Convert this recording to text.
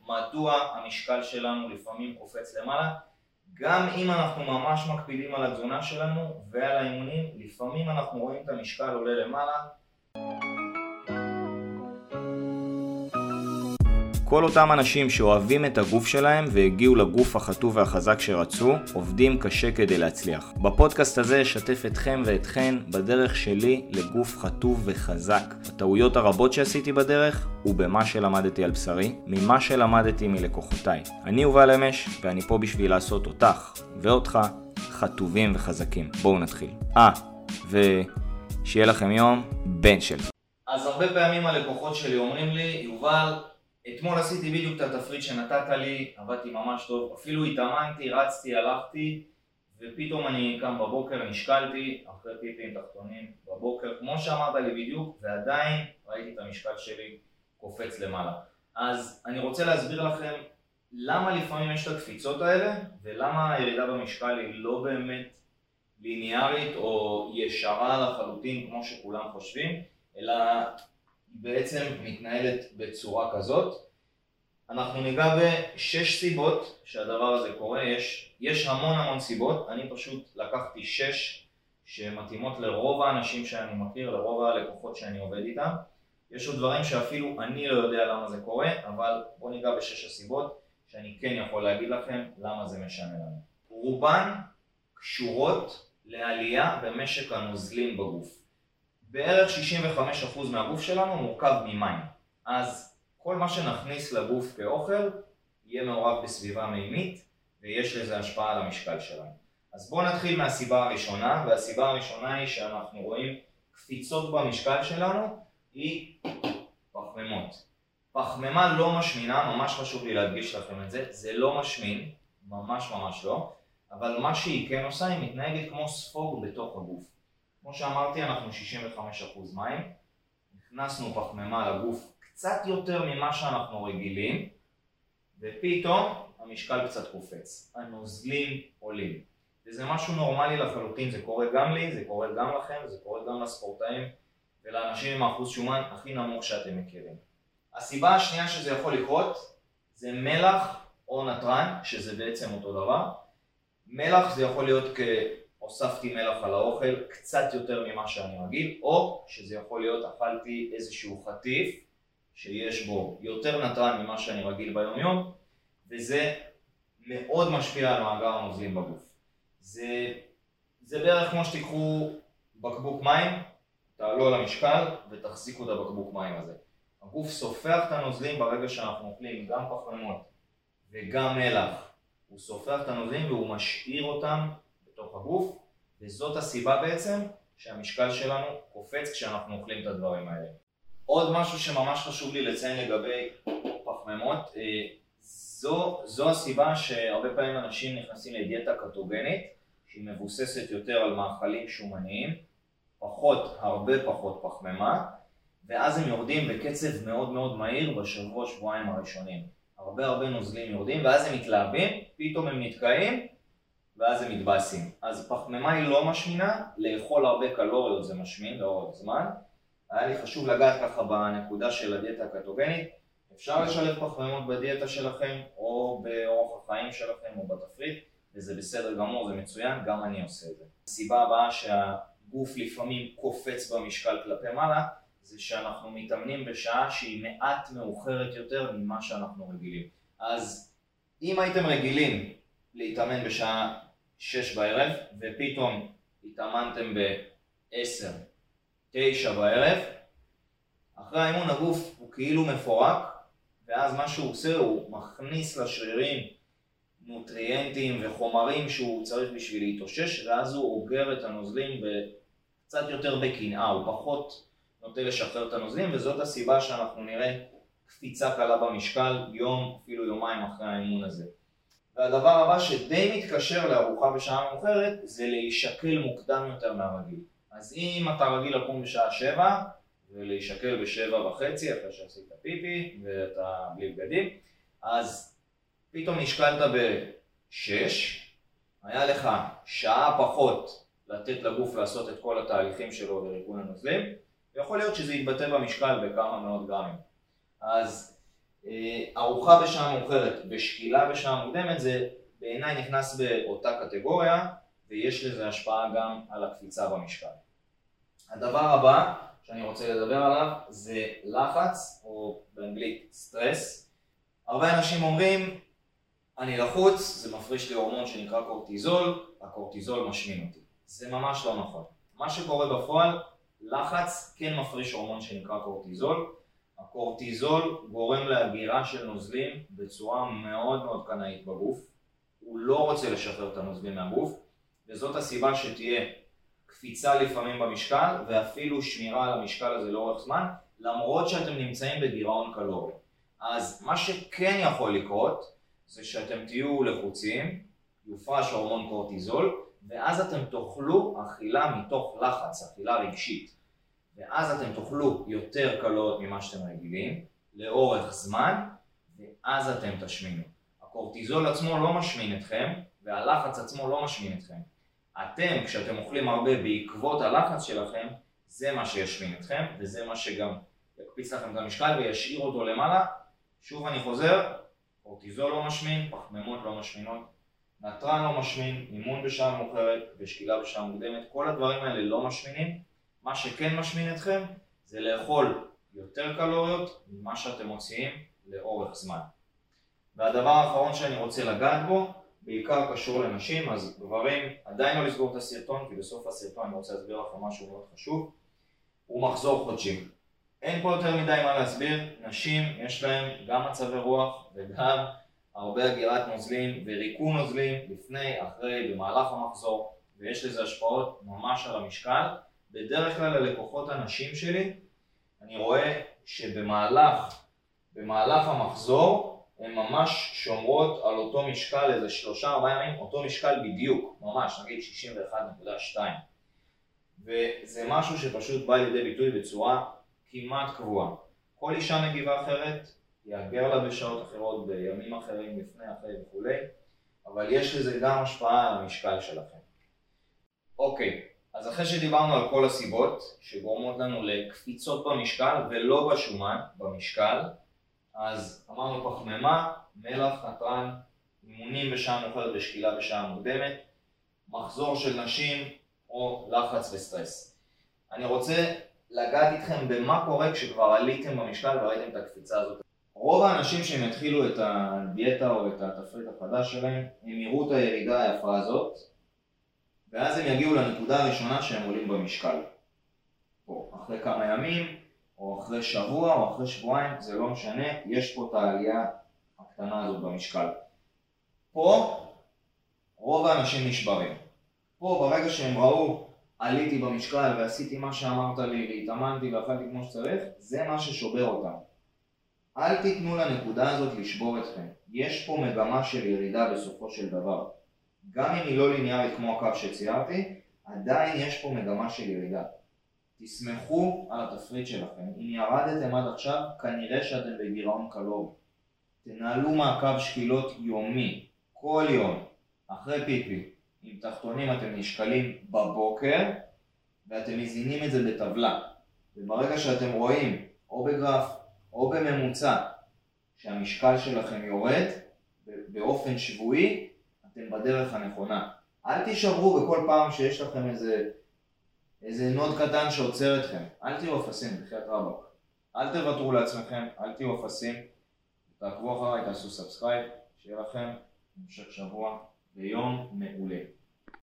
מדוע המשקל שלנו לפעמים קופץ למעלה. גם אם אנחנו ממש מקפידים על התזונה שלנו ועל האימונים, לפעמים אנחנו רואים את המשקל עולה למעלה. כל אותם אנשים שאוהבים את הגוף שלהם והגיעו לגוף החטוב והחזק שרצו, עובדים קשה כדי להצליח. בפודקאסט הזה אשתף אתכם ואתכן בדרך שלי לגוף חטוב וחזק. הטעויות הרבות שעשיתי בדרך ובמה שלמדתי על בשרי, ממה שלמדתי מלקוחותיי. אני יובל אמש ואני פה בשביל לעשות אותך ואותך חטובים וחזקים. בואו נתחיל. ושיהיה לכם יום בן של. אז הרבה פעמים הלקוחות שלי אומרים לי, יובל, אתמול עשיתי בדיוק את התפריט שנתת לי, עבדתי ממש טוב, אפילו התאמנתי, רצתי, הלכתי, ופתאום אני קם בבוקר, נשקלתי, אחרי פיפים תחתונים בבוקר, כמו שאמרת לי בדיוק, ועדיין ראיתי את המשקל שלי קופץ למעלה. אז אני רוצה להסביר לכם למה לפעמים יש את הקפיצות האלה, ולמה הירידה במשקל היא לא באמת ליניארית או ישרה לחלוטין כמו שכולם חושבים, אלא בעצם מתנהלת בצורה כזאת. אנחנו ניגע בשש סיבות שהדבר הזה קורה. יש המון סיבות, אני פשוט לקחתי 6 שמתאימות לרוב האנשים שאני מכיר, לרוב הלקוחות שאני עובד איתם. יש עוד דברים שאפילו אני לא יודע למה זה קורה, אבל בואו ניגע ב6 הסיבות שאני כן יכול להגיד לכם למה זה משנה לנו. רובן קשורות לעלייה במשק הנוזלים בגוף. בערך 65% מהגוף שלנו מורכב ממים. אז כל מה שנכניס לגוף כאוכל יהיה מעורב בסביבה מימית, ויש לזה השפעה על המשקל שלנו. אז בואו נתחיל מהסיבה הראשונה, והסיבה הראשונה היא שאנחנו רואים קפיצות במשקל שלנו, היא פחמימות. פחמימה לא משמינה, ממש חשוב לי להדגיש לכם את זה, זה לא משמין, ממש לא, אבל מה שהיא כן עושה, היא מתנהגת כמו ספוג בתוך הגוף. כמו שאמרתי, אנחנו 65% מים, נכנסנו פחמימה לגוף קצת יותר ממה שאנחנו רגילים, ופתאום המשקל קצת קופץ, הנוזלים עולים. וזה משהו נורמלי לחלוטין, זה קורה גם לי, זה קורה גם לכם, זה קורה גם לספורטאים ולאנשים עם האחוז שומן הכי נמוך שאתם מכירים. הסיבה השנייה שזה יכול לקרות זה מלח או נטרן, שזה בעצם אותו דבר. מלח זה יכול להיות הוספתי מלח על האוכל קצת יותר ממה שאני רגיל, או שזה יכול להיות אכלתי איזשהו חטיף שיש בו יותר נטרן ממה שאני רגיל ביום יום, וזה מאוד משפיע על מאגר הנוזלים בגוף. זה בערך כמו שתיקחו בקבוק מים, תעלו על המשקל ותחזיקו את הבקבוק מים הזה. הגוף סופח את הנוזלים ברגע שאנחנו אוכלים גם פחמימות וגם מלח. הוא סופח את הנוזלים והוא משאיר אותם בתוך הגוף, וזאת הסיבה בעצם שהמשקל שלנו קופץ כשאנחנו אוכלים את הדברים האלה. עוד משהו שממש חשוב לי לציין לגבי פחמימות, זו הסיבה שהרבה פעמים אנשים נכנסים לדיאטה קטוגנית, שהיא מבוססת יותר על מאכלים שומניים, הרבה פחות פחמימה, ואז הם יורדים בקצב מאוד מהיר בשבוע-שבועיים הראשונים. הרבה נוזלים יורדים, ואז הם מתלהבים, פתאום הם נתקעים, ואז הם מתבאסים. אז פחמימה היא לא משמינה, לאכול הרבה קלוריות זה משמין לאורך זמן. היה לי חשוב לגעת ככה בנקודה של הדיאטה הקטוגנית. אפשר לשלב פחמימות בדיאטה שלכם, או באורח החיים שלכם, או בתפריט, וזה בסדר גמור, זה מצוין, גם אני עושה את זה. הסיבה הבאה שהגוף לפעמים קופץ במשקל כלפי מעלה, זה שאנחנו מתאמנים בשעה שהיא מעט מאוחרת יותר ממה שאנחנו רגילים. אז אם הייתם רגילים להתאמן בשעה 6 בערב, ופתאום התאמנתם ב-10, 9 בערב, אחרי האימון הגוף הוא כאילו מפורק, ואז מה שהוא עושה הוא מכניס לשרירים נוטריאנטים וחומרים שהוא צריך בשביל להתאושש, ואז הוא אוגר את הנוזלים קצת יותר בקנאה, הוא פחות נוטה לשחרר את הנוזלים, וזאת הסיבה שאנחנו נראה קפיצה קלה במשקל יום, אפילו יומיים אחרי האימון הזה. והדבר הבא שדי מתקשר לארוחה בשעה מאוחרת, זה להישקל מוקדם יותר מהרגיל. אז אם אתה רגיל לקום בשעה 7, ולהישקל ב7:30 אחרי שעשית פיפי ואתה בלי בגדים, אז פתאום נשקלת ב6, היה לך שעה פחות לתת לגוף לעשות את כל התהליכים שלו לריקון הנוזלים, ויכול להיות שזה יתבטא במשקל בכמה מאות גרמים. אז ארוחה בשעה מאוחרת ושקילה בשעה מוקדמת זה בעיניי נכנס באותה קטגוריה, ויש לזה השפעה גם על הקפיצה במשקל. הדבר הבא שאני רוצה לדבר עליו זה לחץ, או באנגלית סטרס. הרבה אנשים אומרים, אני לחוץ, זה מפריש לי הורמון שנקרא קורטיזול, הקורטיזול משמין אותי. זה ממש לא נכון. מה שקורה בפועל, לחץ כן מפריש הורמון שנקרא קורטיזול. הקורטיזול גורם להגירה של נוזלים בצורה מאוד מאוד קנאית בגוף. הוא לא רוצה לשחרר את הנוזלים מהגוף, וזאת הסיבה שתהיה קפיצה לפעמים במשקל, ואפילו שמירה על המשקל הזה לאורך זמן, למרות שאתם נמצאים בגירעון קלורי. אז מה שכן יכול לקרות, זה שאתם תהיו לחוצים, יופרש הורמון קורטיזול, ואז אתם תאכלו אכילה מתוך לחץ, אכילה רגשית. ואז אתם תאכלו יותר קלוריות ממה שאתם רגילים, לאורך זמן, ואז אתם תשמינו. הקורטיזול עצמו לא משמין אתכם, והלחץ עצמו לא משמין אתכם. אתם, כשאתם אוכלים הרבה בעקבות הלחץ שלכם, זה מה שישמין אתכם, וזה מה שגם יקפיץ לכם את המשקל וישאיר אותו למעלה. שוב אני חוזר, קורטיזול לא משמין, פחמימות לא משמינות, נטרן לא משמין, אימון בשעה מאוחרת ושקילה בשעה מוקדמת, כל הדברים האלה לא משמינים. מה שכן משמין אתכם זה לאכול יותר קלוריות ממה שאתם מוציאים לאורך זמן. והדבר האחרון שאני רוצה לגעת בו, בעיקר קשור לנשים, אז גברים עדיין לא לסגור את הסרטון, כי בסוף הסרטון אני רוצה להסביר לכם משהו מאוד חשוב, הוא מחזור חודשי. אין פה יותר מדי מה להסביר, נשים יש להם גם מצבי רוח וגם הרבה אגירת נוזלים וריקון נוזלים לפני, אחרי, במהלך המחזור, ויש לזה השפעות ממש על המשקל. בדרך כלל ללקוחות הנשים שלי, אני רואה שבמהלך המחזור, הן ממש שומרות על אותו משקל איזה 3-4 ימים, אותו משקל בדיוק, ממש, נגיד 61.2. וזה משהו שפשוט בא לידי ביטוי בצורה כמעט קבועה. כל אישה מגיבה אחרת, יאגר לה בשעות אחרות, בימים אחרים, לפני, אחרי וכו', אבל יש לזה גם השפעה על המשקל שלכם. אוקיי, אז אחרי שדיברנו על כל הסיבות שגורמות לנו לקפיצות במשקל ולא בשומן, במשקל, אז אמרנו פחמימה, מלח, נטרן, אימונים בשעה מאוחרת ושקילה בשעה מוקדמת, מחזור של נשים או לחץ וסטרס. אני רוצה לגעת איתכם במה קורה כשכבר עליתם במשקל וראיתם את הקפיצה הזאת. רוב האנשים שהם יתחילו את הדיאטה או את התפריט החדש שלהם, הם יראו את הירידה היפה הזאת, ואז הם יגיעו לנקודה הראשונה שהם עולים במשקל. פה, אחרי כמה ימים, או אחרי שבוע, או אחרי שבועיים, זה לא משנה, יש פה את העלייה הקטנה הזאת במשקל. פה, רוב האנשים נשברים. פה, ברגע שהם ראו, עליתי במשקל ועשיתי מה שאמרת לי, והתאמנתי ואכלתי כמו שצריך, זה מה ששובר אותם. אל תיתנו לנקודה הזאת לשבור אתכם. יש פה מגמה של ירידה בסופו של דבר. גם אם היא לא ליניארית כמו הקו שציירתי, עדיין יש פה מגמה של ירידה. תסמכו על התפריט שלכם. אם ירדתם עד עכשיו, כנראה שאתם בגירעון קלורי. תנהלו מעקב שקילות יומי, כל יום, אחרי פיפי. עם תחתונים אתם נשקלים בבוקר, ואתם מזינים את זה בטבלה. וברגע שאתם רואים, או בגרף, או בממוצע, שהמשקל שלכם יורד, באופן שבועי, אתם בדרך הנכונה. אל תישברו בכל פעם שיש לכם איזה נוד קטן שעוצר אתכם. אל תהיו אפסים, בחיית רבאק. אל תוותרו לעצמכם, אל תהיו אפסים. תעקבו אחריי, תעשו סאבסקרייב, שיהיה לכם המשך שבוע ויום מעולה.